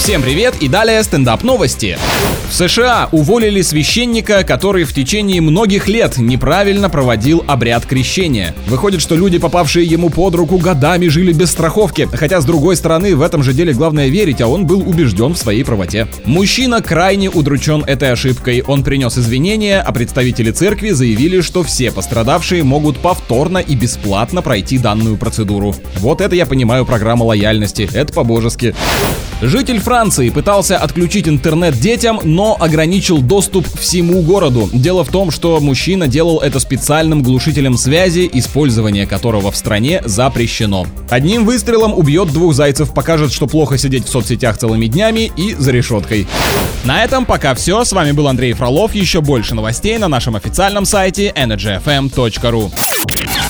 Всем привет и далее стендап новости. В США уволили священника, который в течение многих лет неправильно проводил обряд крещения. Выходит, что люди, попавшие ему под руку, годами жили без страховки. Хотя, с другой стороны, в этом же деле главное верить, а он был убежден в своей правоте. Мужчина крайне удручен этой ошибкой. Он принес извинения, а представители церкви заявили, что все пострадавшие могут повторно и бесплатно пройти данную процедуру. Вот это я понимаю программа лояльности. Это по-божески. Житель Франции пытался отключить интернет детям, но ограничил доступ всему городу. Дело в том, что мужчина делал это специальным глушителем связи, использование которого в стране запрещено. Одним выстрелом убьет двух зайцев, покажет, что плохо сидеть в соцсетях целыми днями и за решеткой. На этом пока все. С вами был Андрей Фролов. Еще больше новостей на нашем официальном сайте energyfm.ru.